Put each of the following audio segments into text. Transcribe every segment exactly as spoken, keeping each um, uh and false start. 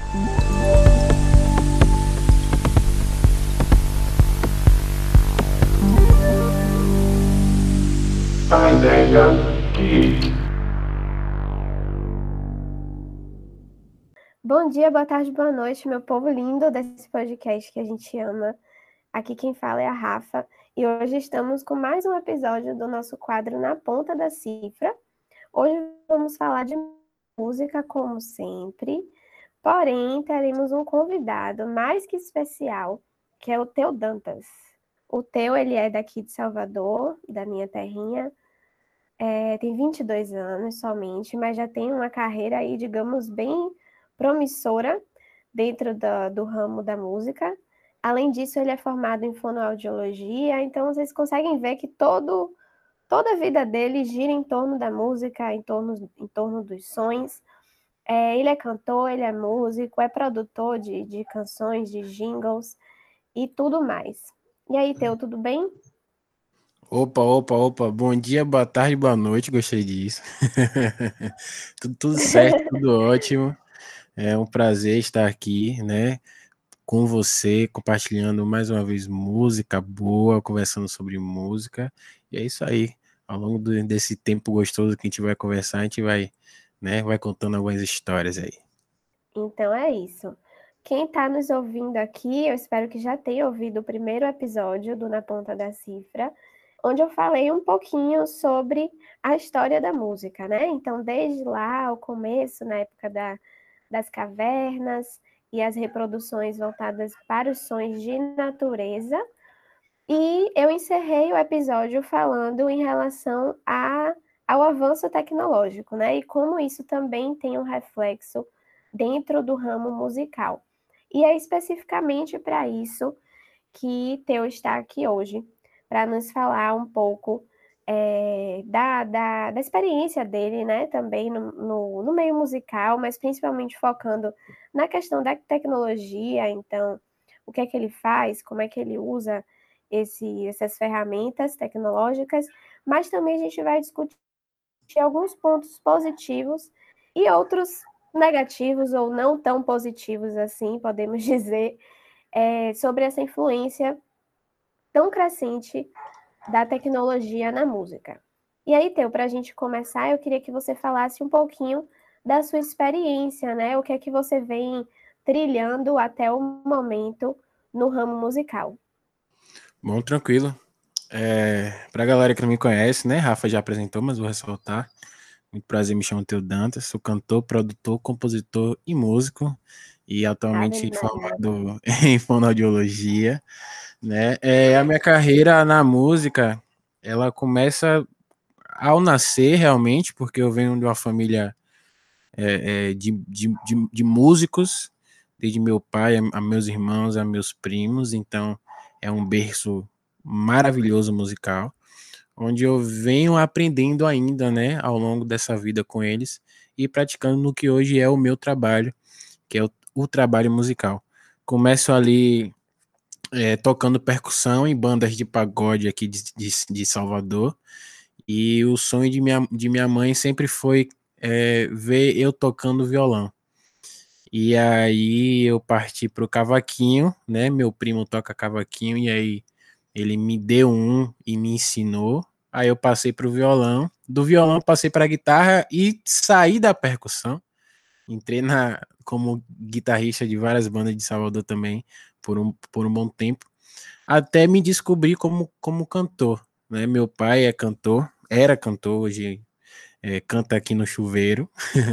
A ideia que Bom dia, boa tarde, boa noite, meu povo lindo desse podcast que a gente ama. Aqui quem fala é a Rafa e hoje estamos com mais um episódio do nosso quadro Na Ponta da Cifra. Hoje vamos falar de música, como sempre, porém teremos um convidado mais que especial, que é o Theo Dantas. O Theo, ele é daqui de Salvador, da minha terrinha, é, tem vinte e dois anos somente, mas já tem uma carreira aí, digamos, bem promissora dentro da, do ramo da música. Além disso, ele é formado em fonoaudiologia, então vocês conseguem ver que todo, toda a vida dele gira em torno da música, em torno, em torno dos sons. É, ele é cantor, ele é músico, é produtor de, de canções, de jingles e tudo mais. E aí, Teu, tudo bem? Opa, opa, opa, bom dia, boa tarde, boa noite, gostei disso. tudo, tudo certo, tudo ótimo. É um prazer estar aqui, né, com você, compartilhando mais uma vez música boa, conversando sobre música. E é isso aí. Ao longo do- desse tempo gostoso que a gente vai conversar, a gente vai, né, vai contando algumas histórias aí. Então é isso. Quem está nos ouvindo aqui, eu espero que já tenha ouvido o primeiro episódio do Na Ponta da Cifra, onde eu falei um pouquinho sobre a história da música, né? Então, desde lá, o começo, na época da, das cavernas e as reproduções voltadas para os sons de natureza. E eu encerrei o episódio falando em relação a, ao avanço tecnológico, né? E como isso também tem um reflexo dentro do ramo musical. E é especificamente para isso que Theo está aqui hoje, para nos falar um pouco é, da, da, da experiência dele, né? Também no, no, no meio musical, mas principalmente focando na questão da tecnologia. Então, o que é que ele faz, como é que ele usa esse, essas ferramentas tecnológicas, mas também a gente vai discutir alguns pontos positivos e outros negativos ou não tão positivos assim, podemos dizer, é, sobre essa influência tão crescente da tecnologia na música. E aí, Theo, para a gente começar, eu queria que você falasse um pouquinho da sua experiência, né? O que é que você vem trilhando até o momento no ramo musical. Bom, tranquilo. É, pra galera que não me conhece, né, Rafa já apresentou, mas vou ressaltar. Muito prazer, me chamo Theo Dantas, sou cantor, produtor, compositor e músico, e Ave atualmente Maria. formado em fonoaudiologia, né? É, a minha carreira na música, ela começa ao nascer realmente, porque eu venho de uma família é, é, de, de, de, de músicos, desde meu pai, a, a meus irmãos, a meus primos, então é um berço maravilhoso musical onde eu venho aprendendo ainda, né, ao longo dessa vida com eles e praticando no que hoje é o meu trabalho, que é o, o trabalho musical. Começo ali é, tocando percussão em bandas de pagode aqui de, de, de Salvador, e o sonho de minha, de minha mãe sempre foi é, ver eu tocando violão. E aí eu parti pro cavaquinho, né? Meu primo toca cavaquinho e aí ele me deu um e me ensinou. Aí eu passei pro violão, do violão passei para guitarra e saí da percussão. Entrei na como guitarrista de várias bandas de Salvador também por um, por um bom tempo, até me descobrir como como cantor, né? Meu pai é cantor, era cantor, hoje é, canta aqui no chuveiro,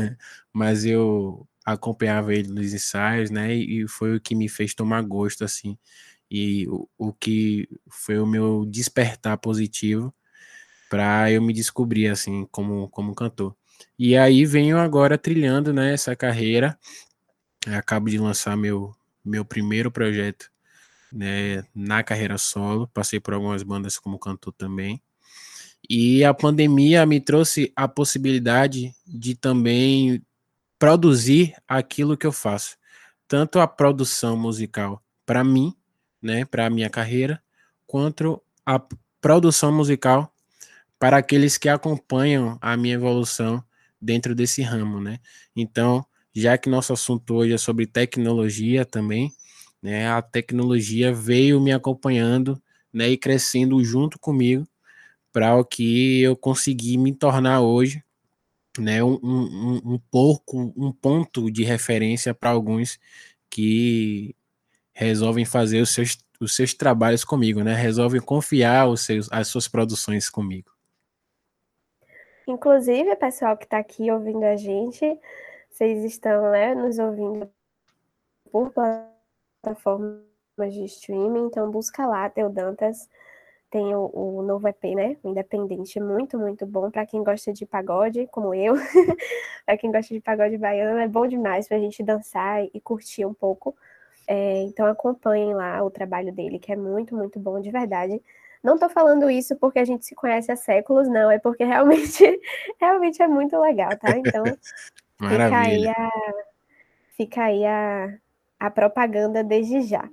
mas eu acompanhava ele nos ensaios, né? E foi o que me fez tomar gosto, assim, e o, o que foi o meu despertar positivo para eu me descobrir, assim, como, como cantor. E aí venho agora trilhando, né, essa carreira. Eu acabo de lançar meu, meu primeiro projeto, né, na carreira solo. Passei por algumas bandas como cantor também. E a pandemia me trouxe a possibilidade de também produzir aquilo que eu faço, tanto a produção musical para mim, né, para a minha carreira, quanto a produção musical para aqueles que acompanham a minha evolução dentro desse ramo, né? Então, já que nosso assunto hoje é sobre tecnologia também, né? A tecnologia veio me acompanhando, né, e crescendo junto comigo para o que eu consegui me tornar hoje, né, um, um, um pouco, um ponto de referência para alguns que resolvem fazer os seus, os seus trabalhos comigo, né? Resolvem confiar os seus, as suas produções comigo. Inclusive, pessoal que está aqui ouvindo a gente, vocês estão, né, nos ouvindo por plataformas de streaming, então busca lá, Teu Dantas, tem o, o novo E P, né, o Independente, muito, muito bom para quem gosta de pagode, como eu, para quem gosta de pagode baiano, é bom demais para a gente dançar e curtir um pouco. É, então acompanhem lá o trabalho dele, que é muito, muito bom, de verdade. Não estou falando isso porque a gente se conhece há séculos, não, é porque realmente, realmente é muito legal, tá? Então fica aí Maravilha. a, fica aí a, a propaganda desde já.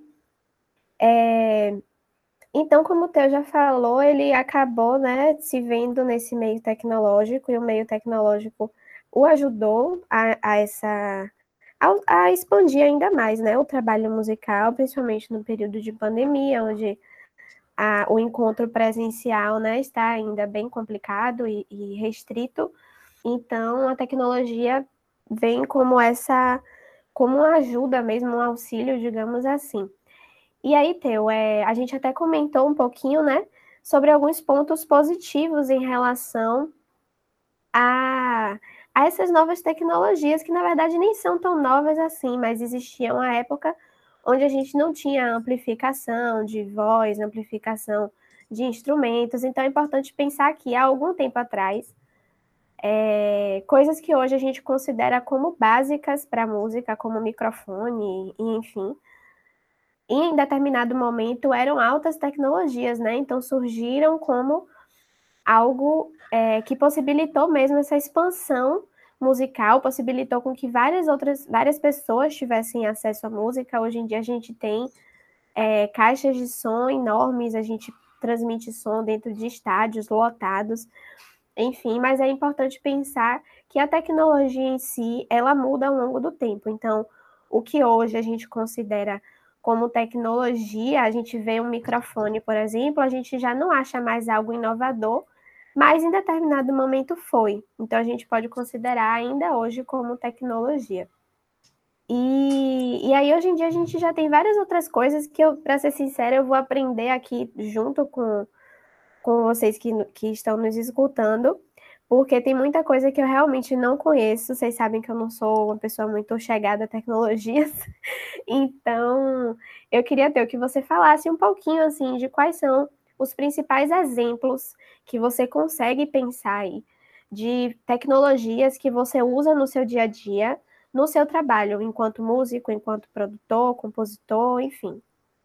É, então, como o Theo já falou, ele acabou, né, se vendo nesse meio tecnológico, e o meio tecnológico o ajudou a, a essa a, a expandir ainda mais, né, o trabalho musical, principalmente no período de pandemia, onde a, o encontro presencial, né, está ainda bem complicado e, e restrito. Então, a tecnologia vem como essa, como uma ajuda mesmo, um auxílio, digamos assim. E aí, Theo, é, a gente até comentou um pouquinho, né, sobre alguns pontos positivos em relação a, a essas novas tecnologias, que na verdade nem são tão novas assim, mas existiam a época onde a gente não tinha amplificação de voz, amplificação de instrumentos, então é importante pensar que há algum tempo atrás, é, coisas que hoje a gente considera como básicas para a música, como microfone, e, enfim, em determinado momento eram altas tecnologias, né? Então surgiram como algo é, que possibilitou mesmo essa expansão musical, possibilitou com que várias outras, várias pessoas tivessem acesso à música. Hoje em dia a gente tem é, caixas de som enormes, a gente transmite som dentro de estádios lotados, enfim, mas é importante pensar que a tecnologia em si, ela muda ao longo do tempo. Então, o que hoje a gente considera como tecnologia, a gente vê um microfone, por exemplo, a gente já não acha mais algo inovador, mas em determinado momento foi. Então, a gente pode considerar ainda hoje como tecnologia. E, e aí, hoje em dia, a gente já tem várias outras coisas que eu, para ser sincera, eu vou aprender aqui junto com, com vocês que, que estão nos escutando, porque tem muita coisa que eu realmente não conheço. Vocês sabem que eu não sou uma pessoa muito chegada a tecnologias, então eu queria ter que você falasse um pouquinho assim de quais são os principais exemplos que você consegue pensar aí de tecnologias que você usa no seu dia a dia, no seu trabalho, enquanto músico, enquanto produtor, compositor, enfim.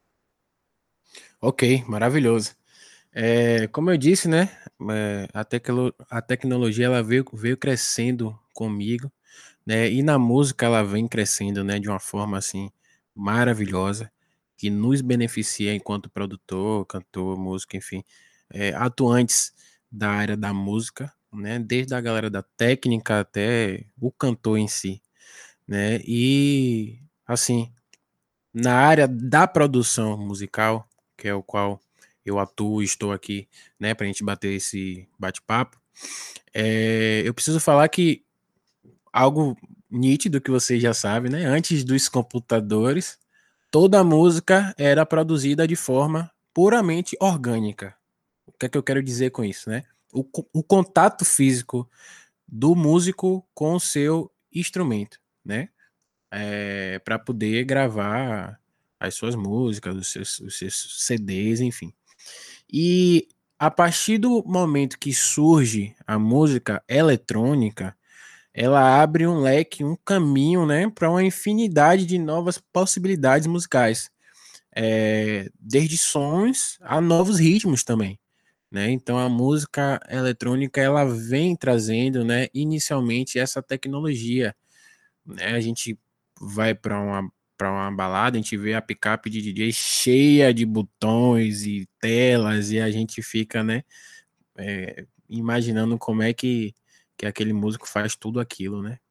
Ok, maravilhoso. É, como eu disse, né, é, a, tecno, a tecnologia ela veio, veio crescendo comigo, né, e na música ela vem crescendo, né, de uma forma assim maravilhosa, que nos beneficia enquanto produtor, cantor, músico, enfim, é, atuantes da área da música, né, desde a galera da técnica até o cantor em si, né, e assim, na área da produção musical, que é o qual eu atuo e estou aqui, né, para a gente bater esse bate-papo, é, eu preciso falar que algo nítido que você já sabe, né, antes dos computadores, toda a música era produzida de forma puramente orgânica. O que é que eu quero dizer com isso, né? O, o contato físico do músico com o seu instrumento, né? É, para poder gravar as suas músicas, os seus, os seus C Ds, enfim. E a partir do momento que surge a música eletrônica, ela abre um leque, um caminho, né, para uma infinidade de novas possibilidades musicais, é, desde sons a novos ritmos também, né? Então a música eletrônica ela vem trazendo, né, inicialmente essa tecnologia, né? A gente vai para uma para uma balada, a gente vê a picape de D J cheia de botões e telas e a gente fica, né, é, imaginando como é que, que aquele músico faz tudo aquilo, né?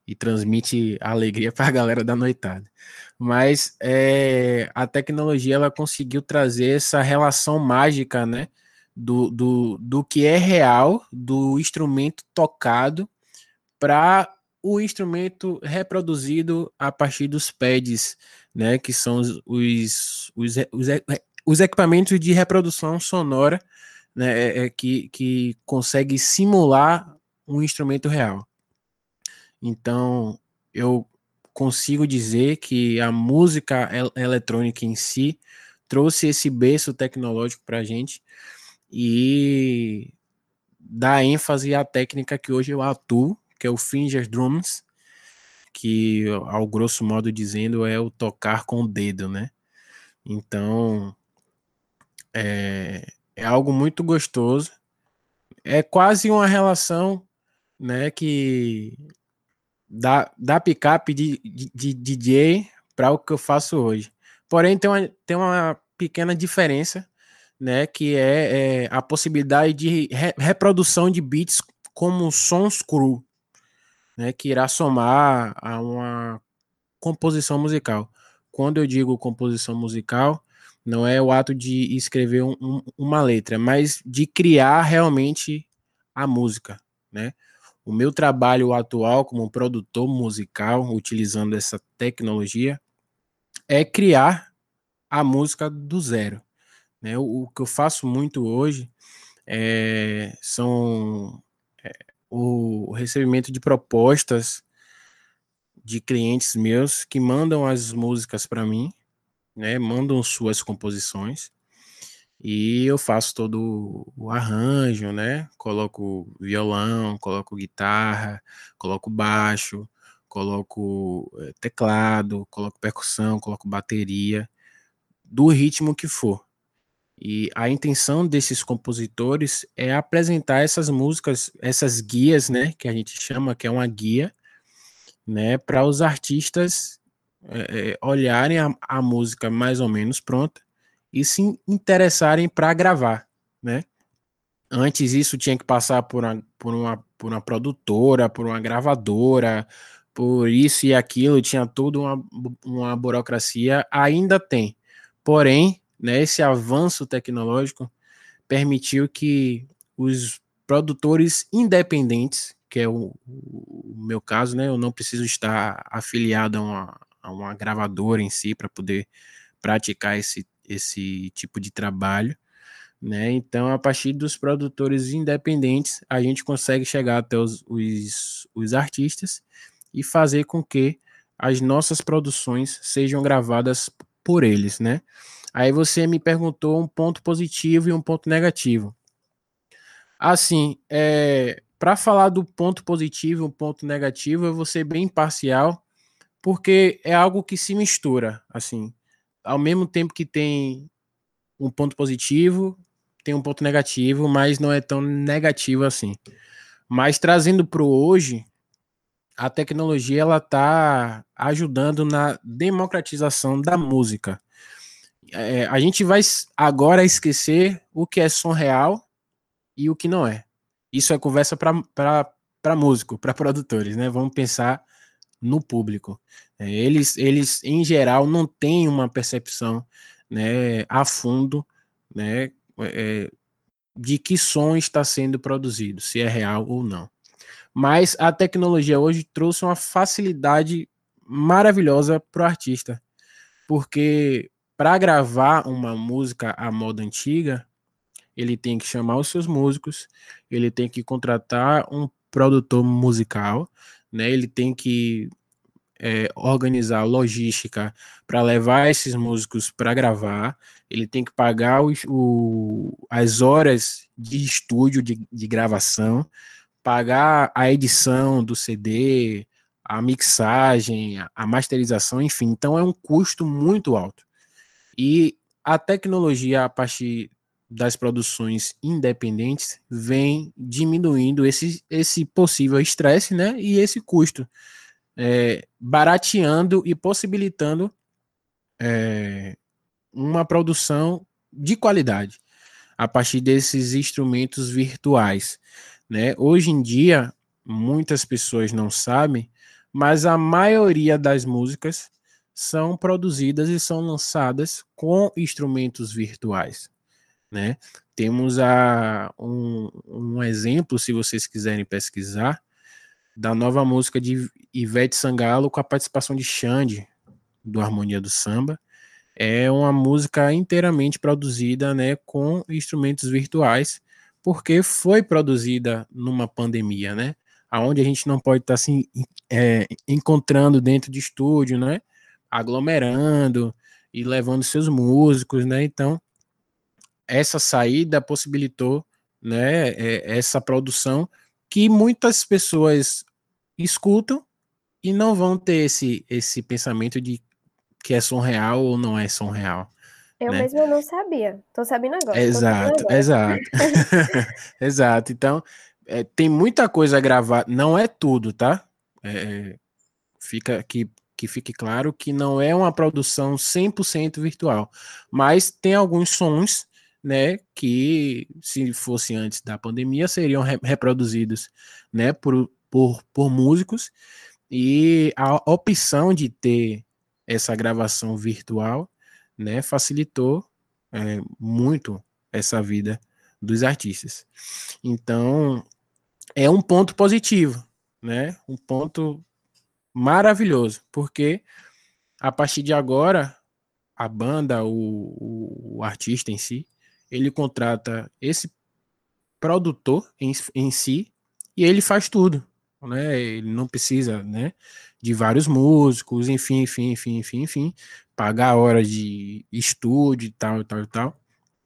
e transmite alegria para a galera da noitada. Mas é, a tecnologia ela conseguiu trazer essa relação mágica, né, do, do, do que é real, do instrumento tocado, para o instrumento reproduzido a partir dos pads, né, que são os, os, os, os, os equipamentos de reprodução sonora, né, é, é, que, que consegue simular um instrumento real. Então, eu consigo dizer que a música el- eletrônica em si trouxe esse berço tecnológico para a gente e dá ênfase à técnica que hoje eu atuo, que é o Finger Drums, que, ao grosso modo dizendo, é o tocar com o dedo, né? Então, é, é algo muito gostoso. É quase uma relação, né, que da, da picape de, de, de D J para o que eu faço hoje. Porém, tem uma, tem uma pequena diferença, né, que é, é a possibilidade de re, reprodução de beats como sons cru, né, que irá somar a uma composição musical. Quando eu digo composição musical, não é o ato de escrever um, um, uma letra, mas de criar realmente a música, né? O meu trabalho atual como produtor musical, utilizando essa tecnologia, é criar a música do zero, né? O, o que eu faço muito hoje é, são é, o recebimento de propostas de clientes meus que mandam as músicas para mim, né? Mandam suas composições e eu faço todo o arranjo, né? Coloco violão, coloco guitarra, coloco baixo, coloco eh, teclado, coloco percussão, coloco bateria, do ritmo que for. E a intenção desses compositores é apresentar essas músicas, essas guias, né, que a gente chama, que é uma guia, né, para os artistas é, é, olharem a, a música mais ou menos pronta e se interessarem para gravar, né? Antes isso tinha que passar por uma, por uma, por uma produtora, por uma gravadora, por isso e aquilo, tinha toda uma, uma burocracia, ainda tem. Porém, né, esse avanço tecnológico permitiu que os produtores independentes, que é o, o meu caso, né? Eu não preciso estar afiliado a uma, a uma gravadora em si para poder praticar esse, esse tipo de trabalho, né? Então, a partir dos produtores independentes, a gente consegue chegar até os, os, os artistas e fazer com que as nossas produções sejam gravadas por eles, né? Aí você me perguntou um ponto positivo e um ponto negativo. Assim, é, para falar do ponto positivo e um ponto negativo, eu vou ser bem imparcial, porque é algo que se mistura, assim. Ao mesmo tempo que tem um ponto positivo, tem um ponto negativo, mas não é tão negativo assim. Mas trazendo para o hoje, a tecnologia ela está ajudando na democratização da música. É, a gente vai agora esquecer o que é som real e o que não é. Isso é conversa para músico, para produtores, né? Vamos pensar no público. É, eles, eles, em geral, não têm uma percepção, né, a fundo, né, é, de que som está sendo produzido, se é real ou não. Mas a tecnologia hoje trouxe uma facilidade maravilhosa para o artista, porque para gravar uma música à moda antiga, ele tem que chamar os seus músicos, ele tem que contratar um produtor musical, né? Ele tem que é, organizar logística para levar esses músicos para gravar, ele tem que pagar os, o, as horas de estúdio, de, de gravação, pagar a edição do C D, a mixagem, a, a masterização, enfim. Então é um custo muito alto. E a tecnologia, a partir das produções independentes, vem diminuindo esse, esse possível estresse, né, e esse custo, é, barateando e possibilitando é, uma produção de qualidade a partir desses instrumentos virtuais, né? Hoje em dia, muitas pessoas não sabem, mas a maioria das músicas são produzidas e são lançadas com instrumentos virtuais, né? Temos a, um, um exemplo, se vocês quiserem pesquisar, da nova música de Ivete Sangalo com a participação de Xande, do Harmonia do Samba. É uma música inteiramente produzida, né, com instrumentos virtuais, porque foi produzida numa pandemia, né? Onde a gente não pode estar se é, encontrando dentro de estúdio, né? Aglomerando e levando seus músicos, né? Então, essa saída possibilitou, né, é, essa produção que muitas pessoas escutam e não vão ter esse, esse pensamento de que é som real ou não é som real, Eu né? mesma não sabia. Tô sabendo agora. Tô sabendo Exato, agora. exato. Exato. Então, é, tem muita coisa gravada, não é tudo, tá? É, fica que, que fique claro que não é uma produção cem por cento virtual, mas tem alguns sons, né, que se fosse antes da pandemia seriam re- reproduzidos, né, por, por, por músicos, e a opção de ter essa gravação virtual, né, facilitou é, muito essa vida dos artistas. Então, é um ponto positivo, né? Um ponto maravilhoso, porque a partir de agora, a banda, o, o, o artista em si, ele contrata esse produtor em, em si e ele faz tudo, né? Ele não precisa, né, de vários músicos, enfim, enfim, enfim, enfim, enfim, pagar horas de estúdio e tal, e tal, e tal.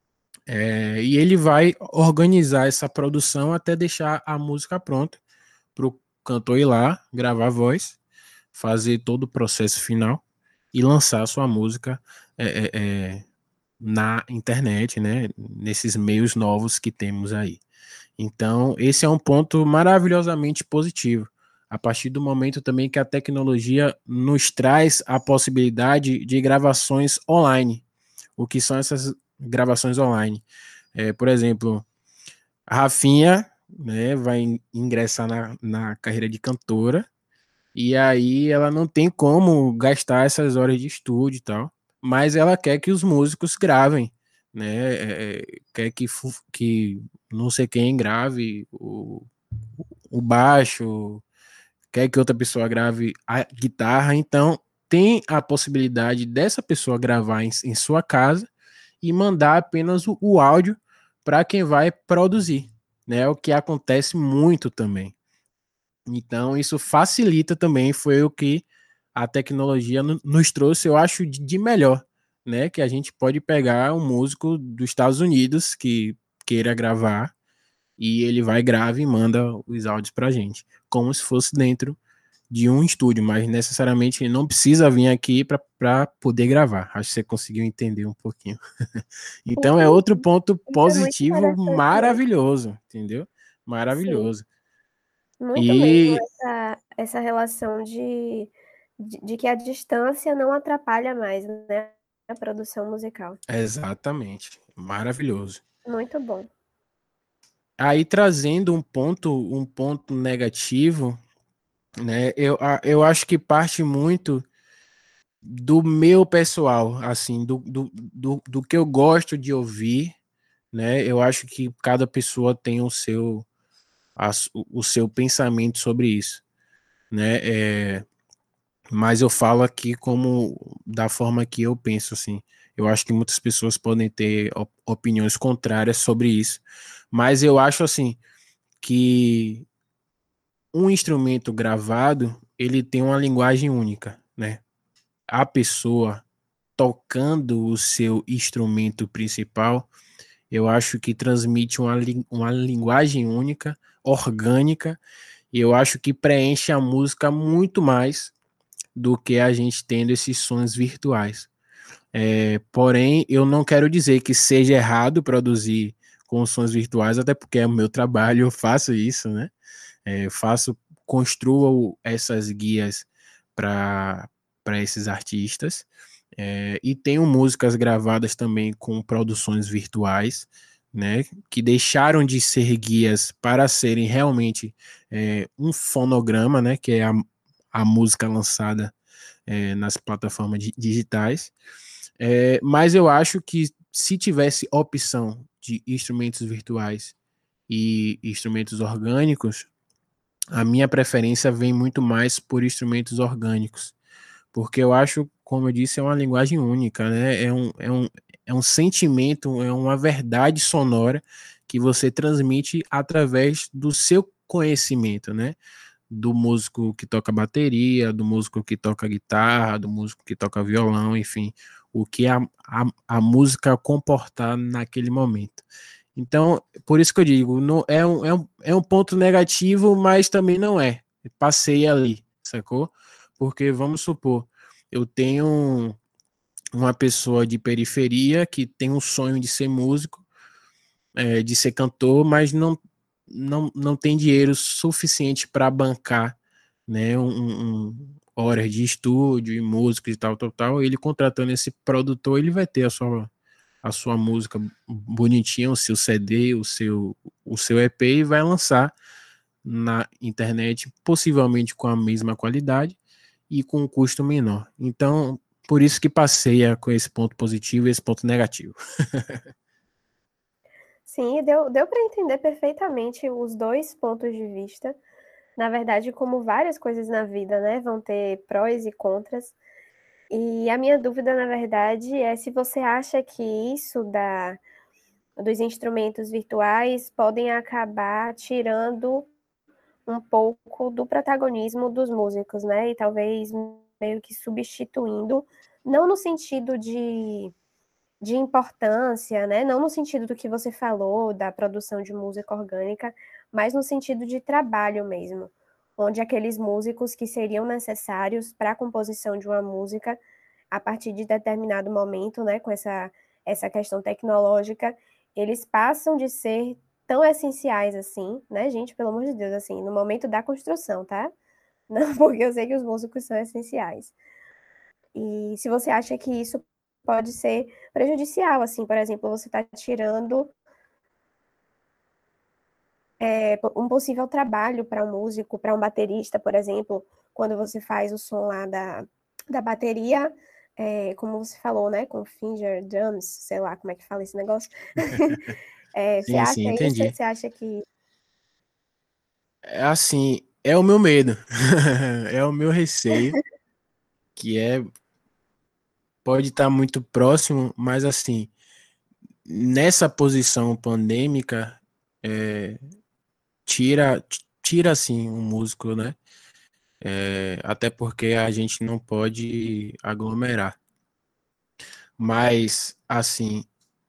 É, e ele vai organizar essa produção até deixar a música pronta para o cantor ir lá, gravar a voz, fazer todo o processo final e lançar a sua música é, é, é, na internet, né? Nesses meios novos que temos aí. Então, esse é um ponto maravilhosamente positivo. A partir do momento também que a tecnologia nos traz a possibilidade de gravações online. O que são essas gravações online? É, por exemplo, a Rafinha, né, vai ingressar na, na carreira de cantora, e aí ela não tem como gastar essas horas de estúdio e tal, mas ela quer que os músicos gravem, né? É, quer que, que não sei quem grave o, o baixo, quer que outra pessoa grave a guitarra, então tem a possibilidade dessa pessoa gravar em, em sua casa e mandar apenas o, o áudio para quem vai produzir, né? O que acontece muito também. Então, isso facilita também, foi o que a tecnologia nos trouxe, eu acho, de melhor, né? Que a gente pode pegar um músico dos Estados Unidos que queira gravar e ele vai, grava e manda os áudios pra gente, como se fosse dentro de um estúdio, mas necessariamente não precisa vir aqui para poder gravar. Acho que você conseguiu entender um pouquinho. Então é outro Entendi. ponto Isso é muito positivo interessante mesmo. maravilhoso, entendeu? Sim, Maravilhoso. muito mesmo E essa, essa relação de, de, de que a distância não atrapalha mais, né, a produção musical. exatamente, maravilhoso. Muito bom. Aí trazendo um ponto, um ponto negativo, né? Eu, a- eu acho que parte muito do meu pessoal, assim, do, do, do, do que eu gosto de ouvir, né? Eu acho que cada pessoa tem o seu, a su- o seu pensamento sobre isso, né? É, mas eu falo aqui como da forma que eu penso, assim. Eu acho que muitas pessoas podem ter op- opiniões contrárias sobre isso, mas eu acho assim que um instrumento gravado, ele tem uma linguagem única, né? A pessoa tocando o seu instrumento principal, eu acho que transmite uma, uma linguagem única, orgânica, e eu acho que preenche a música muito mais do que a gente tendo esses sons virtuais. É, porém, eu não quero dizer que seja errado produzir com sons virtuais, até porque é o meu trabalho, eu faço isso, né? É, eu faço, construo essas guias para para esses artistas. É, e tenho músicas gravadas também com produções virtuais, né, que deixaram de ser guias para serem realmente é, um fonograma, né, que é a, a música lançada é, nas plataformas di- digitais. É, mas eu acho que se tivesse opção de instrumentos virtuais e instrumentos orgânicos, a minha preferência vem muito mais por instrumentos orgânicos, porque eu acho, como eu disse, é uma linguagem única, né? É um, é um, é um sentimento, é uma verdade sonora que você transmite através do seu conhecimento, né? Do músico que toca bateria, do músico que toca guitarra, do músico que toca violão, enfim, o que a, a, a música comportar naquele momento. Então, por isso que eu digo, não, é, um, é, um, é um ponto negativo, mas também não é. Passei ali, sacou? Porque, vamos supor, eu tenho uma pessoa de periferia que tem um sonho de ser músico, é, de ser cantor, mas não, não, não tem dinheiro suficiente para bancar, né, um, um, horas de estúdio e música e tal, tal, tal. Ele contratando esse produtor, ele vai ter a sua, a sua música bonitinha, o seu C D, o seu, o seu E P e vai lançar na internet, possivelmente com a mesma qualidade e com um custo menor. Então, por isso que passeia com esse ponto positivo e esse ponto negativo. Sim, deu, deu para entender perfeitamente os dois pontos de vista. Na verdade, como várias coisas na vida, né, vão ter prós e contras. E a minha dúvida, na verdade, é se você acha que isso da, dos instrumentos virtuais podem acabar tirando um pouco do protagonismo dos músicos, né? E talvez meio que substituindo, não no sentido de, de importância, né? Não no sentido do que você falou, da produção de música orgânica, mas no sentido de trabalho mesmo, onde aqueles músicos que seriam necessários para a composição de uma música, a partir de determinado momento, né, com essa, essa questão tecnológica, eles passam de ser tão essenciais assim, né, gente, pelo amor de Deus, assim, no momento da construção, tá? Não, porque eu sei que os músicos são essenciais. E se você acha que isso pode ser prejudicial, assim, por exemplo, você está tirando é, um possível trabalho para um músico, para um baterista, por exemplo, quando você faz o som lá da, da bateria, é, como você falou, né, com finger drums, sei lá como é que fala esse negócio. É, você Sim, sim, acha isso? entendi. Você acha que... É assim, é o meu medo, é o meu receio, que é pode estar muito próximo, mas assim, nessa posição pandêmica, é, tira, tira assim um músico, né? É, até porque a gente não pode aglomerar. Mas, assim,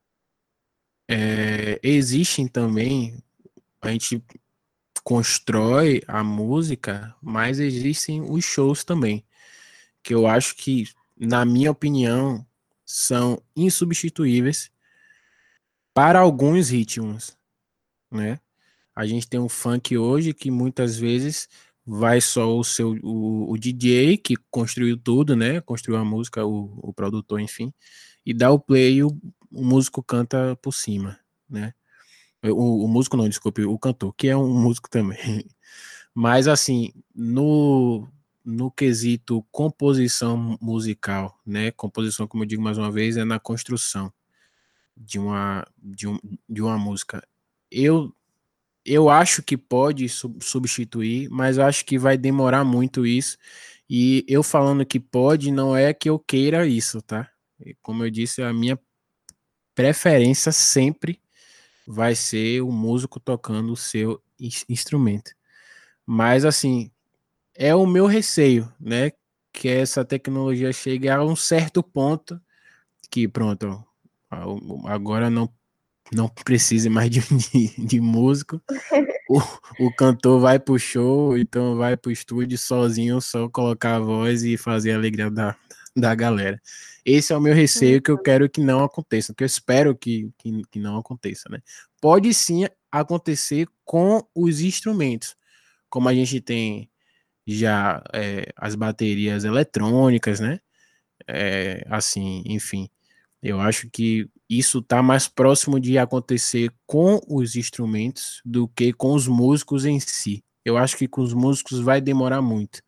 é, existem também, a gente constrói a música, mas existem os shows também, que eu acho que, na minha opinião, são insubstituíveis para alguns ritmos, né? A gente tem um funk hoje que muitas vezes vai só o seu o, o D J que construiu tudo, né? Construiu a música, o, o produtor, enfim, e dá o play e o, o músico canta por cima, né? O, o músico não, desculpe, o cantor, que é um músico também. Mas assim, no no quesito composição musical, né? Composição, como eu digo mais uma vez, é na construção de uma de, um, de uma música. Eu eu acho que pode sub- substituir, mas eu acho que vai demorar muito isso. E eu falando que pode, não é que eu queira isso, tá? E como eu disse, a minha preferência sempre vai ser o músico tocando o seu ins- instrumento. Mas, assim, é o meu receio, né? Que essa tecnologia chegue a um certo ponto que, pronto, ó, agora não, não precise mais de, de, de músico. O, o cantor vai pro show, então vai pro estúdio sozinho, só colocar a voz e fazer a alegria da, da galera. Esse é o meu receio que eu quero que não aconteça, que eu espero que, que, que não aconteça, né? Pode sim acontecer com os instrumentos, como a gente tem já é, as baterias eletrônicas, né? É, assim, enfim. Eu acho que isso está mais próximo de acontecer com os instrumentos do que com os músicos em si. Eu acho que com os músicos vai demorar muito.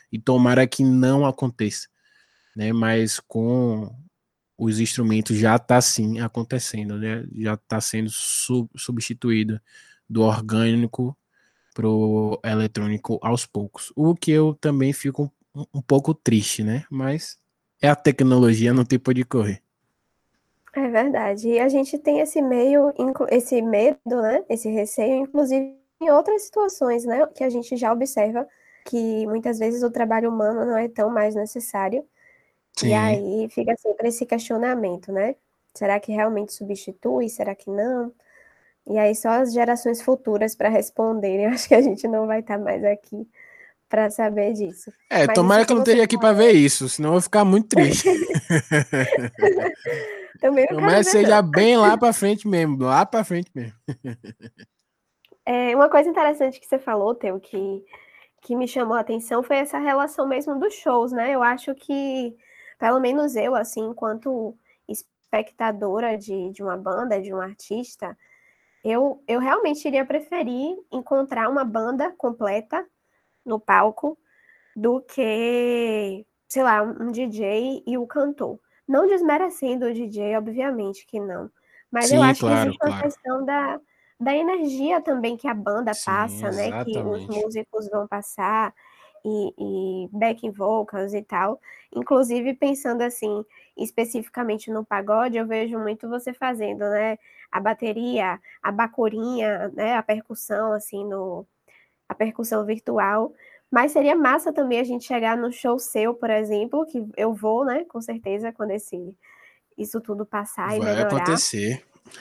e tomara que não aconteça, né? Mas com os instrumentos já está sim acontecendo, né? Já está sendo sub, substituído do orgânico pro eletrônico aos poucos. O que eu também fico um, um pouco triste, né? Mas é a tecnologia, não tem por onde correr. É verdade. E a gente tem esse meio, esse medo, né? Esse receio, inclusive em outras situações, né? Que a gente já observa que muitas vezes o trabalho humano não é tão mais necessário. Sim. E aí fica sempre esse questionamento, né? Será que realmente substitui? Será que não? E aí só as gerações futuras para responderem. Acho que a gente não vai estar mais aqui para saber disso. É, Mas tomara isso que que eu não você esteja aqui para ver isso, senão eu vou ficar muito triste. Também não quero Tomara que ver, seja não. bem lá para frente mesmo, lá para frente mesmo. É, uma coisa interessante que você falou, Theo, que, que me chamou a atenção foi essa relação mesmo dos shows, né? Eu acho que, pelo menos eu, assim, enquanto espectadora de, de uma banda, de um artista, eu, eu realmente iria preferir encontrar uma banda completa no palco do que, sei lá, um D J e o cantor. Não desmerecendo o D J, obviamente que não. Mas eu Sim, acho que claro, existe uma claro. questão da, da energia também que a banda Sim, passa, né? Que os exatamente. músicos vão passar, e, e backing vocals e tal. Inclusive, pensando assim, especificamente no pagode, eu vejo muito você fazendo, né? A bateria, a bacurinha, né? A percussão, assim, no, a percussão virtual. Mas seria massa também a gente chegar no show seu, por exemplo, que eu vou, né, com certeza, quando esse, isso tudo passar e Vai melhorar. acontecer.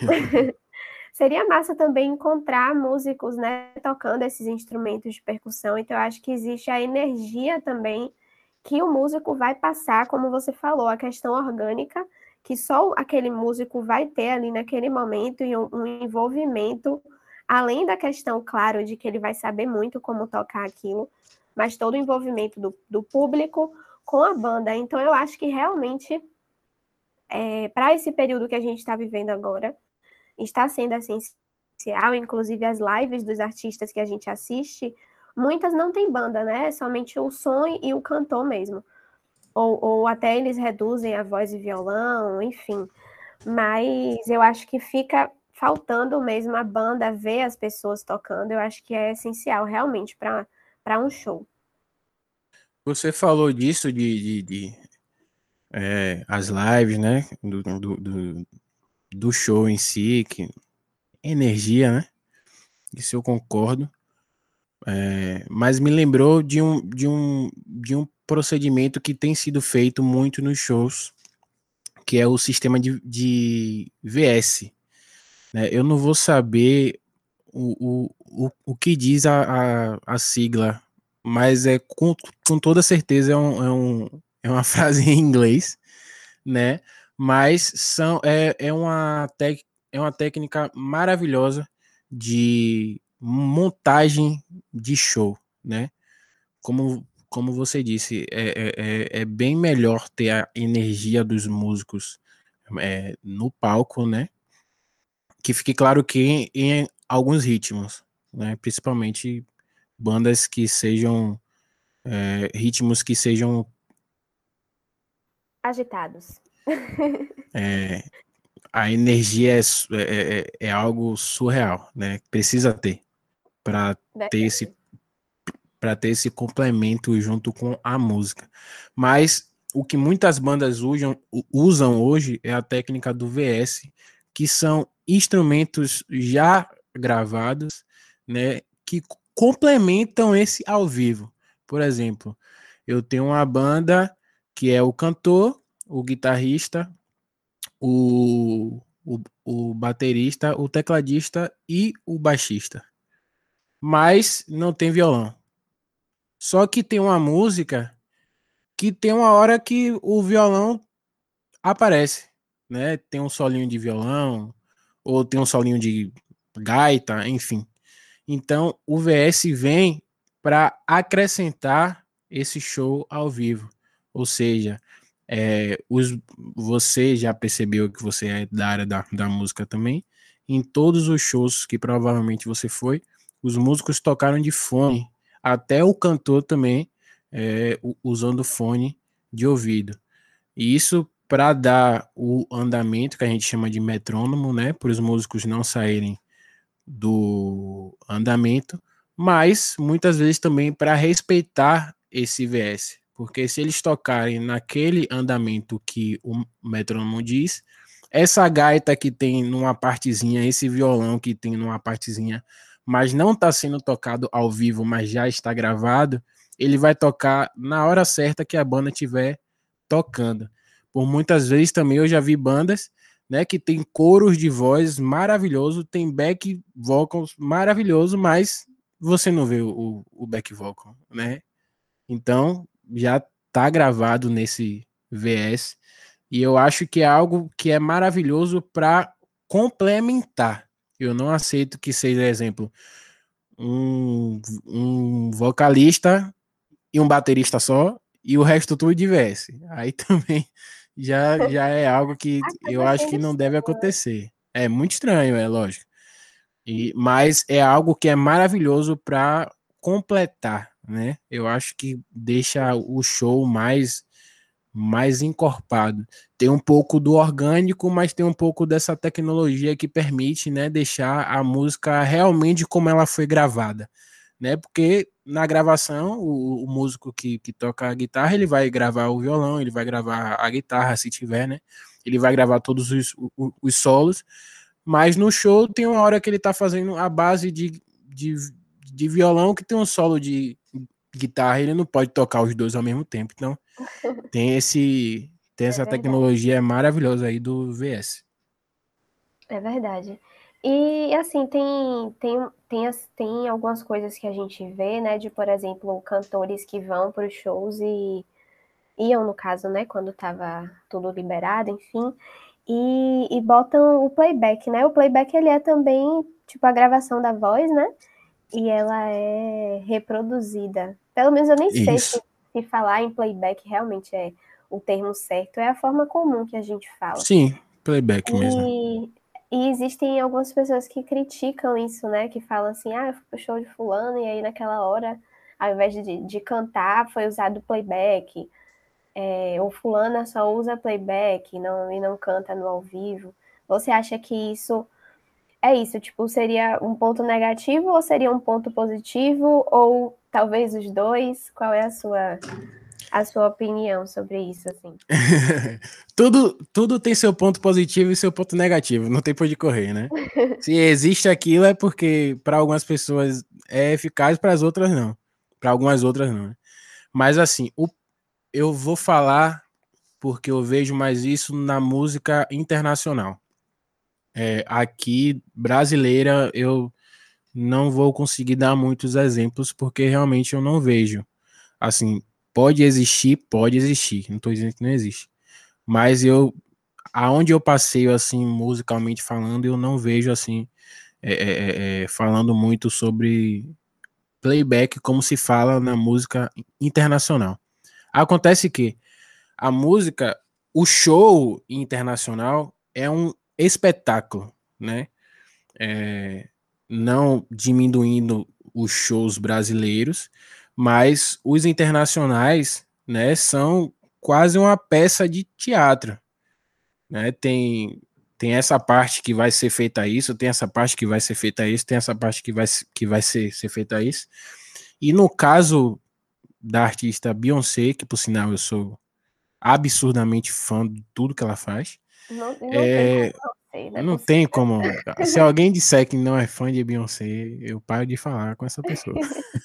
Seria massa também encontrar músicos, né, tocando esses instrumentos de percussão. Então, eu acho que existe a energia também que o músico vai passar, como você falou, a questão orgânica, que só aquele músico vai ter ali naquele momento e um, um envolvimento, além da questão, claro, de que ele vai saber muito como tocar aquilo, mas todo o envolvimento do, do público com a banda. Então, eu acho que realmente, é, para esse período que a gente está vivendo agora, está sendo essencial, inclusive as lives dos artistas que a gente assiste, muitas não tem banda, né? É somente o som e o cantor mesmo. Ou, ou até eles reduzem a voz e violão, enfim. Mas eu acho que fica faltando mesmo a banda ver as pessoas tocando. Eu acho que é essencial realmente para um show. Você falou disso de, de, de é, as lives, né? Do, do, do, do show em si, que energia, né? Isso eu concordo. É, mas me lembrou de um, de, um, de um procedimento que tem sido feito muito nos shows, que é o sistema de, de V S. Né? Eu não vou saber o, o, o, o que diz a, a, a sigla, mas é com, com toda certeza é, um, é, um, é uma frase em inglês, né? Mas são, é, é, uma tec, é uma técnica maravilhosa de montagem de show, né? Como, como você disse, é, é, é bem melhor ter a energia dos músicos é, no palco, né? Que fique claro que em, em alguns ritmos, né? Principalmente bandas que sejam é, ritmos que sejam Agitados. é, a energia é, é, é, é algo surreal, né? Precisa ter para ter esse para ter esse complemento junto com a música. Mas o que muitas bandas usam, usam hoje é a técnica do V S, que são instrumentos já gravados, né, que complementam esse ao vivo. Por exemplo, eu tenho uma banda que é o cantor, o guitarrista, o, o, o baterista, o tecladista e o baixista. Mas não tem violão. Só que tem uma música que tem uma hora que o violão aparece, né? Tem um solinho de violão, ou tem um solinho de gaita, enfim. Então o V S vem para acrescentar esse show ao vivo. Ou seja, é, os, você já percebeu que você é da área da, da música também. Em todos os shows que provavelmente você foi, os músicos tocaram de fone. Até o cantor também é, usando fone de ouvido. E isso para dar o andamento que a gente chama de metrônomo, né, para os músicos não saírem do andamento, mas muitas vezes também para respeitar esse V S, porque se eles tocarem naquele andamento que o metrônomo diz, essa gaita que tem numa partezinha, esse violão que tem numa partezinha, mas não está sendo tocado ao vivo, mas já está gravado, ele vai tocar na hora certa que a banda estiver tocando. Por muitas vezes também eu já vi bandas, né, que tem coros de voz maravilhoso, tem back vocals maravilhoso, mas você não vê o, o back vocal, né? Então já tá gravado nesse V S e eu acho que é algo que é maravilhoso para complementar. Eu não aceito que seja, exemplo, um, um vocalista e um baterista só e o resto tudo de V S. Aí também já, já é algo que eu Acaba acho sendo que não deve estranho, né? acontecer. É muito estranho, é lógico. E, mas é algo que é maravilhoso para completar, né? Eu acho que deixa o show mais mais encorpado. Tem um pouco do orgânico, mas tem um pouco dessa tecnologia que permite, né, deixar a música realmente como ela foi gravada, né? Porque na gravação, o, o músico que, que toca a guitarra, ele vai gravar o violão, ele vai gravar a guitarra, se tiver, né? Ele vai gravar todos os, os, os solos, mas no show tem uma hora que ele tá fazendo a base de, de, de violão que tem um solo de guitarra, ele não pode tocar os dois ao mesmo tempo. Então, tem esse tem É essa verdade. tecnologia maravilhosa aí do V S. É verdade. E assim, tem, tem, tem, as- tem algumas coisas que a gente vê, né? De, por exemplo, cantores que vão para os shows e iam, no caso, né? Quando estava tudo liberado, enfim, e, e botam o playback, né? O playback ele é também tipo a gravação da voz, né? E ela é reproduzida. Pelo menos eu nem sei se, Isso. se falar em playback realmente é o termo certo, é a forma comum que a gente fala. Sim, playback mesmo. E, e existem algumas pessoas que criticam isso, né? Que falam assim, ah, eu fui pro show de fulano e aí naquela hora, ao invés de, de cantar, foi usado playback. É, ou fulana só usa playback não, e não canta no ao vivo. Você acha que isso é isso? Tipo, seria um ponto negativo ou seria um ponto positivo? Ou talvez os dois? Qual é a sua, a sua opinião sobre isso, assim? tudo, tudo tem seu ponto positivo e seu ponto negativo, não tem por onde correr, né? Se existe aquilo é porque para algumas pessoas é eficaz, para as outras não. Para algumas outras não. Né? Mas assim, o, eu vou falar porque eu vejo mais isso na música internacional. É, aqui, brasileira, eu não vou conseguir dar muitos exemplos porque realmente eu não vejo. Assim, pode existir, pode existir. Não estou dizendo que não existe. Mas eu, aonde eu passeio assim, musicalmente falando, eu não vejo assim, é, é, é, falando muito sobre playback como se fala na música internacional. Acontece que a música, o show internacional é um espetáculo, né? É, não diminuindo os shows brasileiros, mas os internacionais, né, são quase uma peça de teatro, né? Tem tem essa parte que vai ser feita isso, tem essa parte que vai ser feita isso, tem essa parte que vai que vai ser, ser feita isso. E no caso da artista Beyoncé, que por sinal eu sou absurdamente fã de tudo que ela faz, Não, não tem como é, não ser, não é não possível. tem como. Se alguém disser que não é fã de Beyoncé, eu paro de falar com essa pessoa.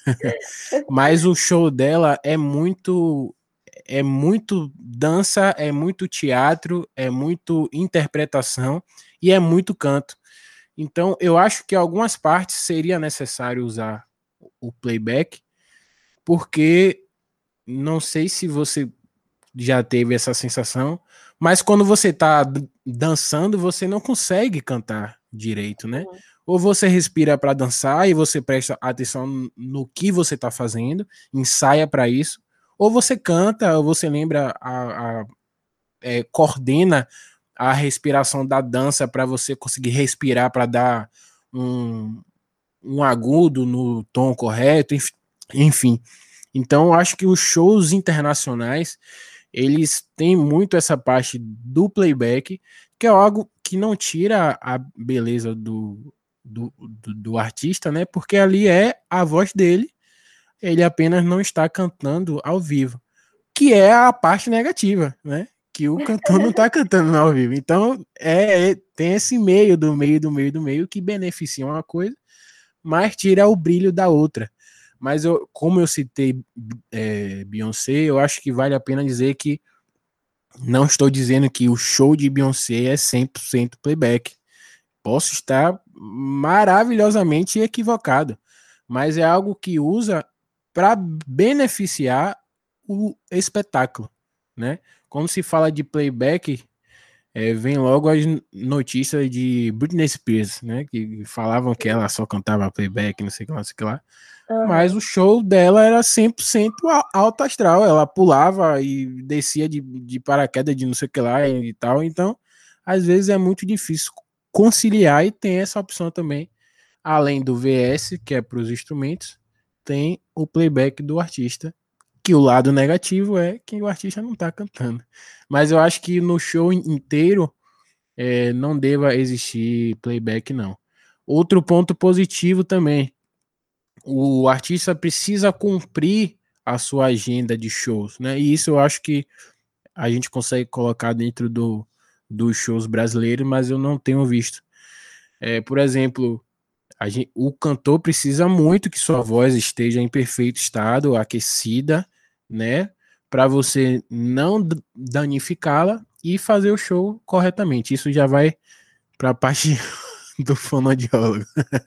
Mas o show dela é muito. É muito dança, é muito teatro, é muito interpretação e é muito canto. Então, eu acho que algumas partes seria necessário usar o playback, porque não sei se você já teve essa sensação, mas quando você tá dançando, você não consegue cantar direito, né? Sim. Ou você respira para dançar e você presta atenção no que você tá fazendo, ensaia para isso, ou você canta, ou você lembra a, a é, coordena a respiração da dança para você conseguir respirar para dar um, um agudo no tom correto, enfim. Então, eu acho que os shows internacionais, eles têm muito essa parte do playback, que é algo que não tira a beleza do, do, do, do artista, né? Porque ali é a voz dele, ele apenas não está cantando ao vivo, que é a parte negativa, né? Que o cantor não está cantando ao vivo. Então, é, é, tem esse meio do meio do meio do meio que beneficia uma coisa, mas tira o brilho da outra. Mas eu, como eu citei é, Beyoncé, eu acho que vale a pena dizer que não estou dizendo que o show de Beyoncé é cem por cento playback. Posso estar maravilhosamente equivocado, mas é algo que usa para beneficiar o espetáculo, né? Quando se fala de playback, é, vem logo as notícias de Britney Spears, né? Que falavam que ela só cantava playback, não sei o que lá, não sei o que lá. Mas Aham. o show dela era cem por cento a- alto astral. Ela pulava e descia de, de paraquedas de não sei o que lá e, e tal. Então, às vezes é muito difícil conciliar e tem essa opção também. Além do V S, que é para os instrumentos, tem o playback do artista, que o lado negativo é que o artista não está cantando. Mas eu acho que no show inteiro é, não deva existir playback, não. Outro ponto positivo também, o artista precisa cumprir a sua agenda de shows, né? E isso eu acho que a gente consegue colocar dentro do, dos shows brasileiros, mas eu não tenho visto. É, por exemplo, a gente, o cantor precisa muito que sua voz esteja em perfeito estado, aquecida, né? Para você não danificá-la e fazer o show corretamente. Isso já vai para a parte do fonoaudiólogo.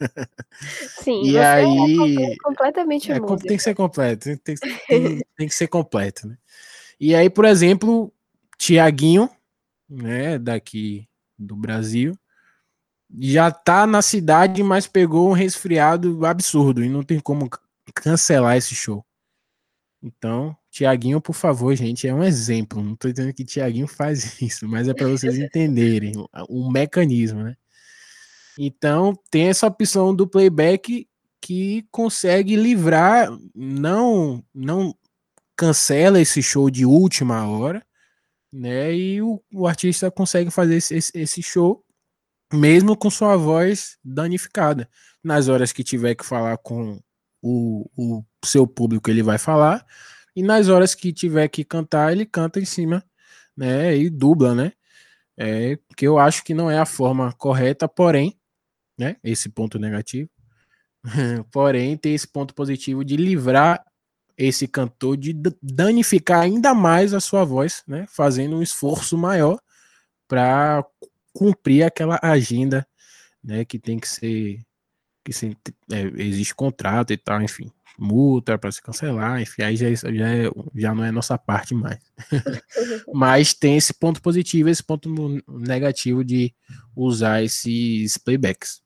Sim, E você é comple aí, completamente é, com- tem que músico. ser completo, tem, tem, tem, tem que ser completo, né? E aí, por exemplo, Tiaguinho, né, daqui do Brasil, já tá na cidade, mas pegou um resfriado absurdo e não tem como c- cancelar esse show. Então, Tiaguinho, por favor, gente, é um exemplo. Não tô dizendo que Tiaguinho faz isso, mas é para vocês entenderem o, o mecanismo, né? Então, tem essa opção do playback que consegue livrar, não não cancela esse show de última hora, né? E o, o artista consegue fazer esse, esse, esse show mesmo com sua voz danificada. Nas horas que tiver que falar com o, o seu público, ele vai falar, e nas horas que tiver que cantar, ele canta em cima, né? E dubla, né? É, que eu acho que não é a forma correta, porém, né? Esse ponto negativo. Porém, tem esse ponto positivo de livrar esse cantor de danificar ainda mais a sua voz, né? Fazendo um esforço maior para cumprir aquela agenda, né? Que tem que ser, que se, é, existe contrato e tal, enfim, multa para se cancelar, enfim, aí já, já, é, já não é nossa parte mais. Mas tem esse ponto positivo, esse ponto negativo de usar esses playbacks.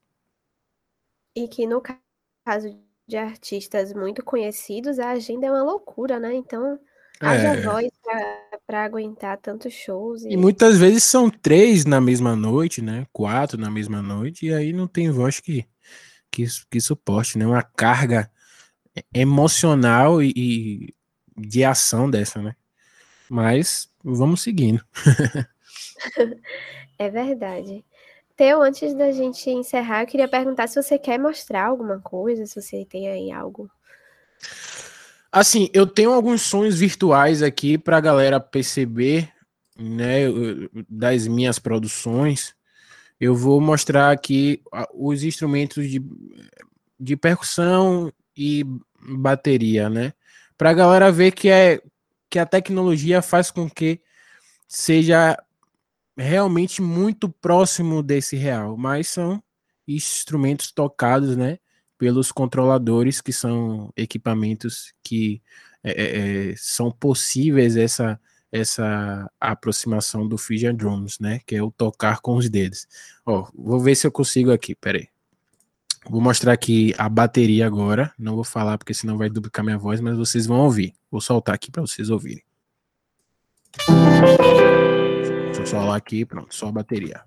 E que no ca- caso de artistas muito conhecidos, a agenda é uma loucura, né? Então, haja É, voz pra pra aguentar tantos shows e e muitas vezes são três na mesma noite, né? Quatro na mesma noite, e aí não tem voz que, que, que suporte, né? Uma carga emocional e, e de ação dessa, né? Mas vamos seguindo. é verdade. Theo, antes da gente encerrar, eu queria perguntar se você quer mostrar alguma coisa, se você tem aí algo. Assim, eu tenho alguns sonhos virtuais aqui para a galera perceber, né, das minhas produções. Eu vou mostrar aqui ah, os instrumentos de, de percussão e bateria, né? Para a galera ver que é que a tecnologia faz com que seja realmente muito próximo desse real, mas são instrumentos tocados, né, pelos controladores, que são equipamentos que é, é, são possíveis essa essa aproximação do Fusion Drums, né, que é o tocar com os dedos. Ó, vou ver se eu consigo aqui, peraí. Vou mostrar aqui a bateria agora, não vou falar porque senão vai duplicar minha voz, mas vocês vão ouvir. Vou soltar aqui para vocês ouvirem. Deixa eu solar aqui, pronto, só a bateria.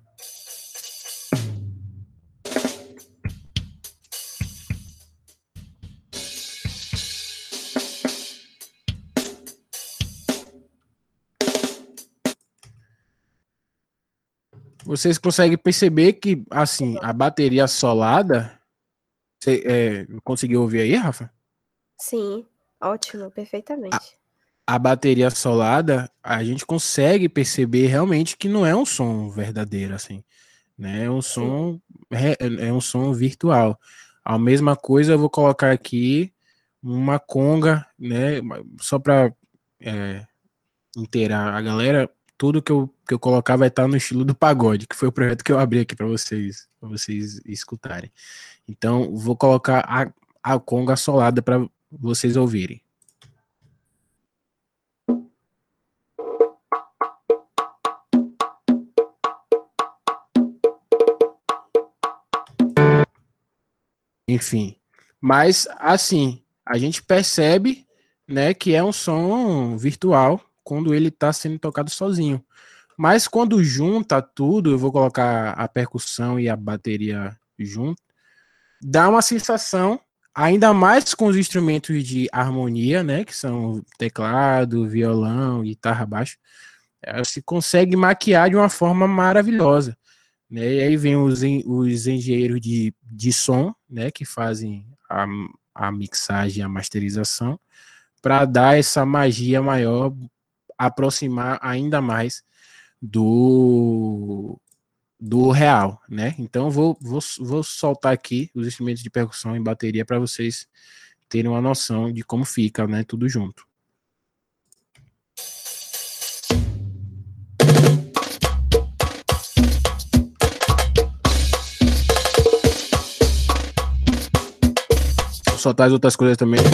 Vocês conseguem perceber que, assim, a bateria solada. Você é, conseguiu ouvir aí, Rafa? Sim, ótimo, A, perfeitamente. a bateria solada, a gente consegue perceber realmente que não é um som verdadeiro, assim, né? É um Sim, som, é, é um som virtual. A mesma coisa, eu vou colocar aqui uma conga, né? Só para é, inteirar a galera, tudo que eu, que eu colocar vai estar no estilo do pagode, que foi o projeto que eu abri aqui para vocês, para vocês escutarem. Então, vou colocar a, a conga solada para vocês ouvirem. Enfim, mas assim, a gente percebe, né, que é um som virtual quando ele está sendo tocado sozinho. Mas quando junta tudo, eu vou colocar a percussão e a bateria junto, dá uma sensação, ainda mais com os instrumentos de harmonia, né, que são teclado, violão, guitarra, baixo, ela se consegue maquiar de uma forma maravilhosa, né? E aí vem os, en- os engenheiros de, de som, né, que fazem a, a mixagem, a masterização, para dar essa magia maior, aproximar ainda mais do, do real, né? Então vou, vou, vou soltar aqui os instrumentos de percussão e bateria para vocês terem uma noção de como fica, né, tudo junto. Vou soltar as outras coisas também.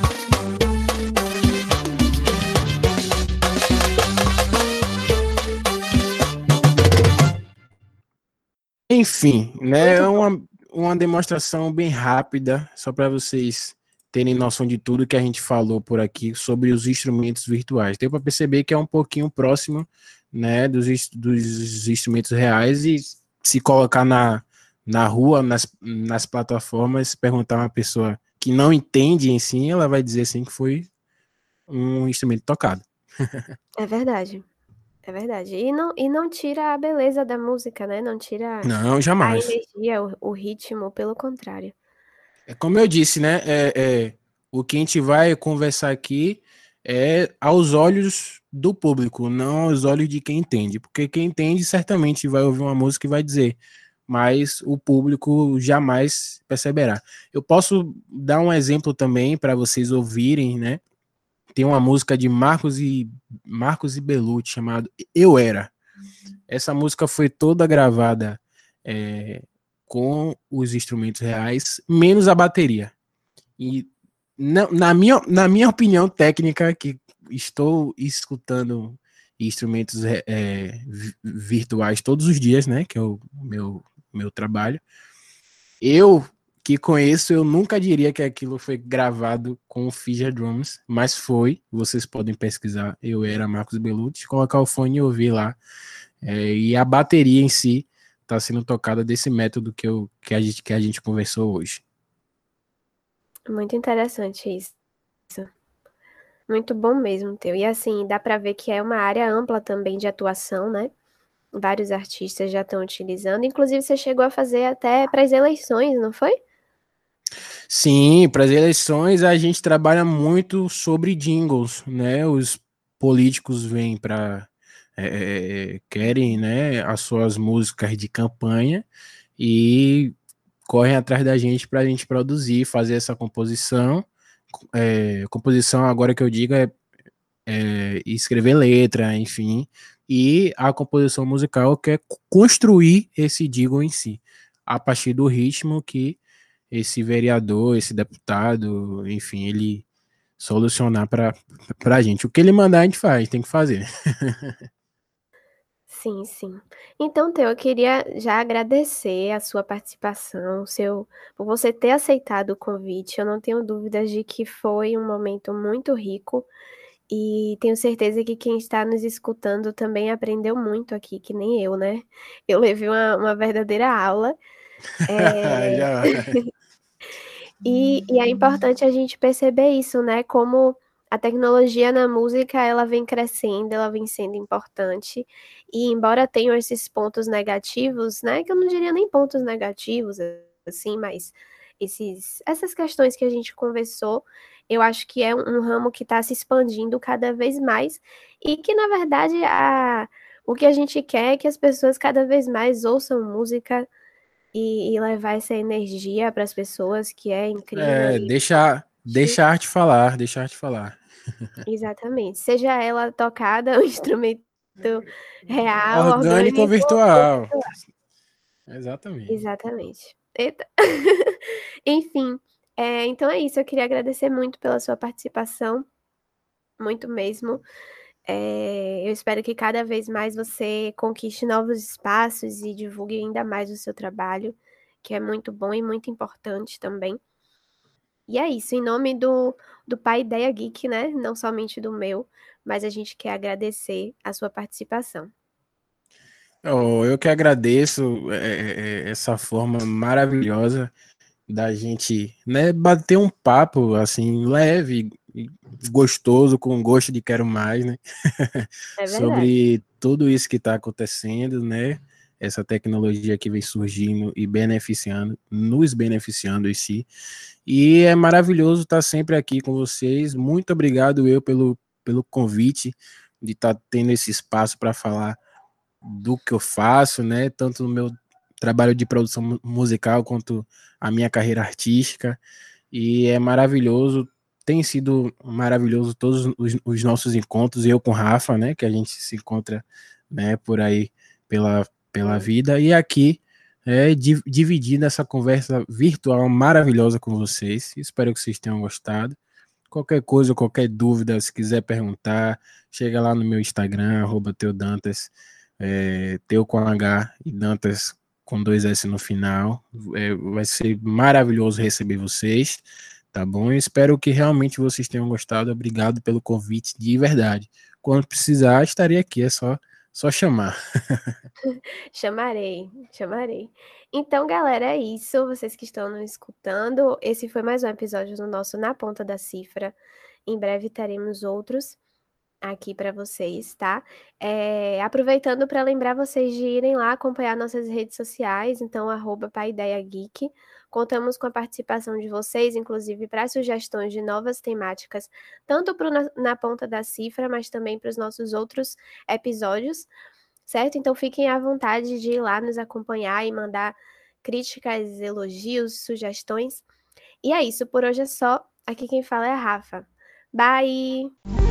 Enfim, né? É muito bom. uma, uma demonstração bem rápida, só para vocês terem noção de tudo que a gente falou por aqui sobre os instrumentos virtuais. Deu para perceber que é um pouquinho próximo, né, dos, dos instrumentos reais e se colocar na, na rua, nas, nas plataformas, perguntar a uma pessoa que não entende em si, ela vai dizer assim que foi um instrumento tocado. É verdade, é verdade. E não, e não tira a beleza da música, né? Não tira Não, a jamais. energia, o, o ritmo, pelo contrário. É como eu disse, né? É, é, o que a gente vai conversar aqui é aos olhos do público, não aos olhos de quem entende. Porque quem entende certamente vai ouvir uma música e vai dizer, mas o público jamais perceberá. Eu posso dar um exemplo também para vocês ouvirem, né? Tem uma música de Marcos e Marcos e Belucci chamado Eu Era. Essa música foi toda gravada é, com os instrumentos reais, menos a bateria. E na, na, minha, na minha opinião técnica, que estou escutando instrumentos é, virtuais todos os dias, né? Que é o meu, meu trabalho. Eu que conheço, eu nunca diria que aquilo foi gravado com o Fija Drums, mas foi. Vocês podem pesquisar. Eu era Marcos Bellucci, colocar o fone e ouvir lá. É, e a bateria em si está sendo tocada desse método que, eu, que, a gente, que a gente conversou hoje. Muito interessante isso. Muito bom mesmo, teu. E assim, dá para ver que é uma área ampla também de atuação, né? Vários artistas já estão utilizando. Inclusive, você chegou a fazer até para as eleições, não foi? Sim, para as eleições a gente trabalha muito sobre jingles, né? Os políticos vêm para é, querem, né, as suas músicas de campanha e correm atrás da gente para a gente produzir, fazer essa composição. É, composição, agora que eu digo, é, é escrever letra, enfim, e a composição musical que é construir esse jingle em si, a partir do ritmo que esse vereador, esse deputado, enfim, ele solucionar para a gente. O que ele mandar, a gente faz, tem que fazer. Sim, sim. Então, Theo, eu queria já agradecer a sua participação, o seu, por você ter aceitado o convite. Eu não tenho dúvidas de que foi um momento muito rico e tenho certeza que quem está nos escutando também aprendeu muito aqui, que nem eu, né? Eu levei uma, uma verdadeira aula. É, Já. E, e é importante a gente perceber isso, né? Como a tecnologia na música, ela vem crescendo, ela vem sendo importante, e embora tenham esses pontos negativos, né, que eu não diria nem pontos negativos, assim, mas esses, essas questões que a gente conversou, eu acho que é um, um ramo que está se expandindo cada vez mais, e que, na verdade, a, o que a gente quer é que as pessoas cada vez mais ouçam música e, e levar essa energia para as pessoas, que é incrível É, e deixa, importante. deixa a arte falar, deixa a arte falar. Exatamente. Seja ela tocada, um instrumento real, Orgânico ou orgânico ou virtual. virtual. Exatamente. Exatamente. Eita. Enfim, é, então é isso. Eu queria agradecer muito pela sua participação, muito mesmo. É, eu espero que cada vez mais você conquiste novos espaços e divulgue ainda mais o seu trabalho, que é muito bom e muito importante também. E é isso, em nome do, do Pai Ideia Geek, né? Não somente do meu, mas a gente quer agradecer a sua participação. Oh, eu que agradeço é, é, é, essa forma maravilhosa da gente, né, bater um papo assim leve e gostoso, com gosto de quero mais, né? É verdade. Sobre tudo isso que está acontecendo, né? Essa tecnologia que vem surgindo e beneficiando, nos beneficiando em si. E é maravilhoso estar sempre aqui com vocês. Muito obrigado eu pelo, pelo convite de estar tendo esse espaço para falar do que eu faço, né? Tanto no meu trabalho de produção musical quanto a minha carreira artística. E é maravilhoso, tem sido maravilhoso todos os, os nossos encontros, eu com o Rafa, né? Que a gente se encontra, né, por aí pela, pela Sim. vida. E aqui, é, di, dividindo essa conversa virtual maravilhosa com vocês. Espero que vocês tenham gostado. Qualquer coisa, qualquer dúvida, se quiser perguntar, chega lá no meu Instagram, arroba teodantas, é, teu com H e Dantas com dois S no final. É, vai ser maravilhoso receber vocês, tá bom? Eu espero que realmente vocês tenham gostado. Obrigado pelo convite, de verdade. Quando precisar, estarei aqui, é só, só chamar. Chamarei, chamarei. Então, galera, é isso. Vocês que estão nos escutando, esse foi mais um episódio do nosso Na Ponta da Cifra. Em breve teremos outros aqui para vocês, tá? É, aproveitando para lembrar vocês de irem lá acompanhar nossas redes sociais, então, arroba Paideia Geek. Contamos com a participação de vocês, inclusive para sugestões de novas temáticas, tanto pro na, na Ponta da Cifra, mas também para os nossos outros episódios, certo? Então, fiquem à vontade de ir lá nos acompanhar e mandar críticas, elogios, sugestões. E é isso, por hoje é só. Aqui quem fala é a Rafa. Bye!